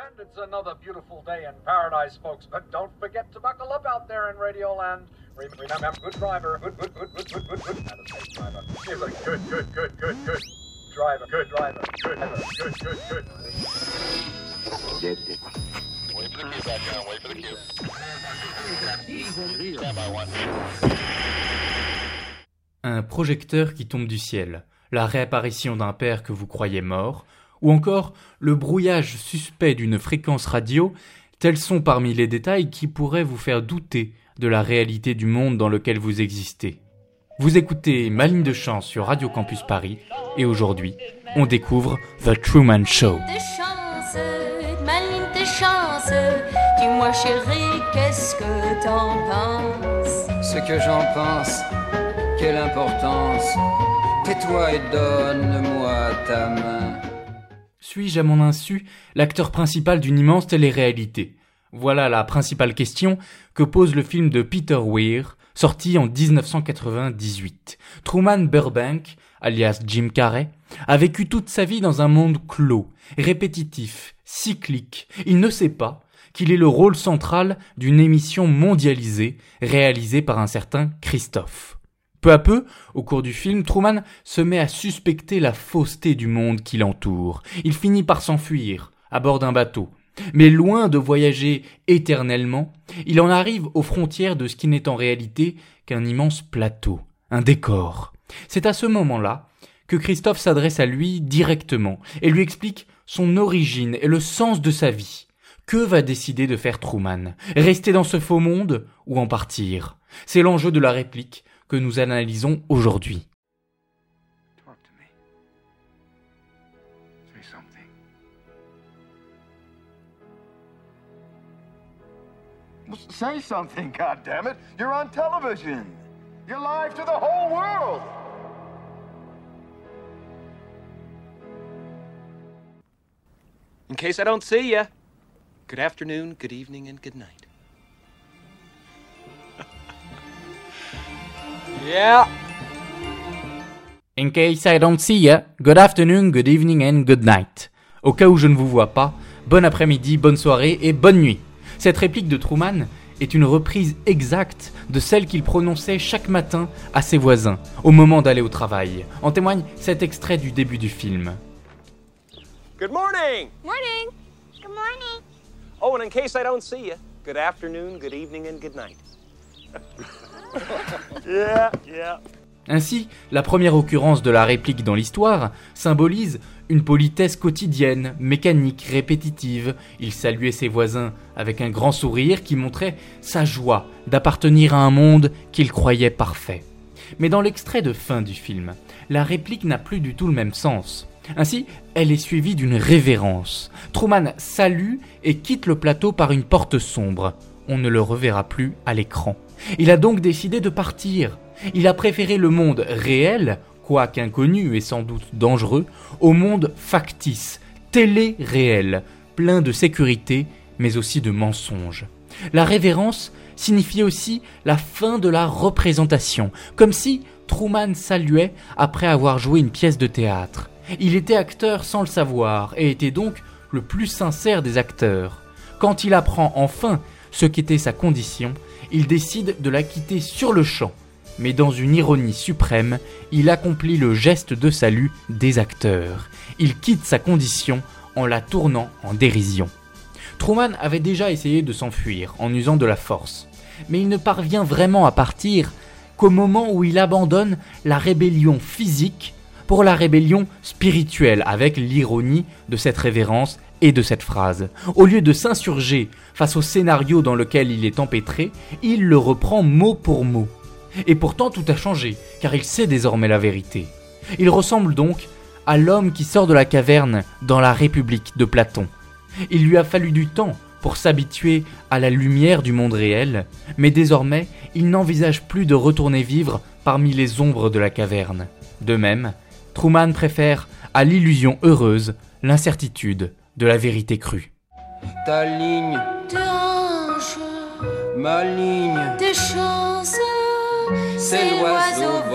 And it's another beautiful day in paradise, folks. But don't forget to buckle up out there in Radioland. Remember, good driver, good. And a safe driver. Here's a good driver, good driver, good. Wait for the cue back down, wait for the cue. Stand by one. Un projecteur qui tombe du ciel, la réapparition d'un père que vous croyez mort, ou encore le brouillage suspect d'une fréquence radio, tels sont parmi les détails qui pourraient vous faire douter de la réalité du monde dans lequel vous existez. Vous écoutez Ma ligne de chance sur Radio Campus Paris, et aujourd'hui, on découvre The Truman Show. De chance, ma ligne de chance, dis-moi chérie, qu'est-ce que t'en penses? Ce que j'en pense, quelle importance, tais-toi et donne-moi ta main. Suis-je à mon insu l'acteur principal d'une immense télé-réalité? Voilà la principale question que pose le film de Peter Weir, sorti en 1998. Truman Burbank, alias Jim Carrey, a vécu toute sa vie dans un monde clos, répétitif, cyclique. Il ne sait pas qu'il est le rôle central d'une émission mondialisée réalisée par un certain Christophe. Peu à peu, au cours du film, Truman se met à suspecter la fausseté du monde qui l'entoure. Il finit par s'enfuir à bord d'un bateau. Mais loin de voyager éternellement, il en arrive aux frontières de ce qui n'est en réalité qu'un immense plateau, un décor. C'est à ce moment-là que Christophe s'adresse à lui directement et lui explique son origine et le sens de sa vie. Que va décider de faire Truman? Rester dans ce faux monde ou en partir? C'est l'enjeu de la réplique que nous analysons aujourd'hui. Talk to me. Say something. Well, say something, goddammit. You're on television. You're live to the whole world. In case I don't see ya, good afternoon, good evening, and good night. Yeah. In case I don't see ya, good afternoon, good evening and good night. Au cas où je ne vous vois pas, bon après-midi, bonne soirée et bonne nuit. Cette réplique de Truman est une reprise exacte de celle qu'il prononçait chaque matin à ses voisins, au moment d'aller au travail. En témoigne cet extrait du début du film. Good morning. Morning. Good morning. Oh, and in case I don't see ya, good afternoon, good evening, and good night. Yeah. Ainsi, la première occurrence de la réplique dans l'histoire symbolise une politesse quotidienne, mécanique, répétitive. Il saluait ses voisins avec un grand sourire qui montrait sa joie d'appartenir à un monde qu'il croyait parfait. Mais dans l'extrait de fin du film, la réplique n'a plus du tout le même sens. Ainsi, elle est suivie d'une révérence. Truman salue et quitte le plateau par une porte sombre. On ne le reverra plus à l'écran. Il a donc décidé de partir. Il a préféré le monde réel, quoique inconnu et sans doute dangereux, au monde factice, télé-réel, plein de sécurité, mais aussi de mensonges. La révérence signifiait aussi la fin de la représentation, comme si Truman saluait après avoir joué une pièce de théâtre. Il était acteur sans le savoir et était donc le plus sincère des acteurs. Quand il apprend enfin ce qu'était sa condition, il décide de la quitter sur le champ. Mais dans une ironie suprême, il accomplit le geste de salut des acteurs. Il quitte sa condition en la tournant en dérision. Truman avait déjà essayé de s'enfuir en usant de la force, mais il ne parvient vraiment à partir qu'au moment où il abandonne la rébellion physique pour la rébellion spirituelle, avec l'ironie de cette révérence et de cette phrase. Au lieu de s'insurger face au scénario dans lequel il est empêtré, il le reprend mot pour mot. Et pourtant tout a changé, car il sait désormais la vérité. Il ressemble donc à l'homme qui sort de la caverne dans la République de Platon. Il lui a fallu du temps pour s'habituer à la lumière du monde réel, mais désormais, il n'envisage plus de retourner vivre parmi les ombres de la caverne. De même, Truman préfère à l'illusion heureuse l'incertitude de la vérité crue. Ta ligne, De hanches, ma ligne, de chance, c'est l'oiseau vol vol de de nos nos destins. destins.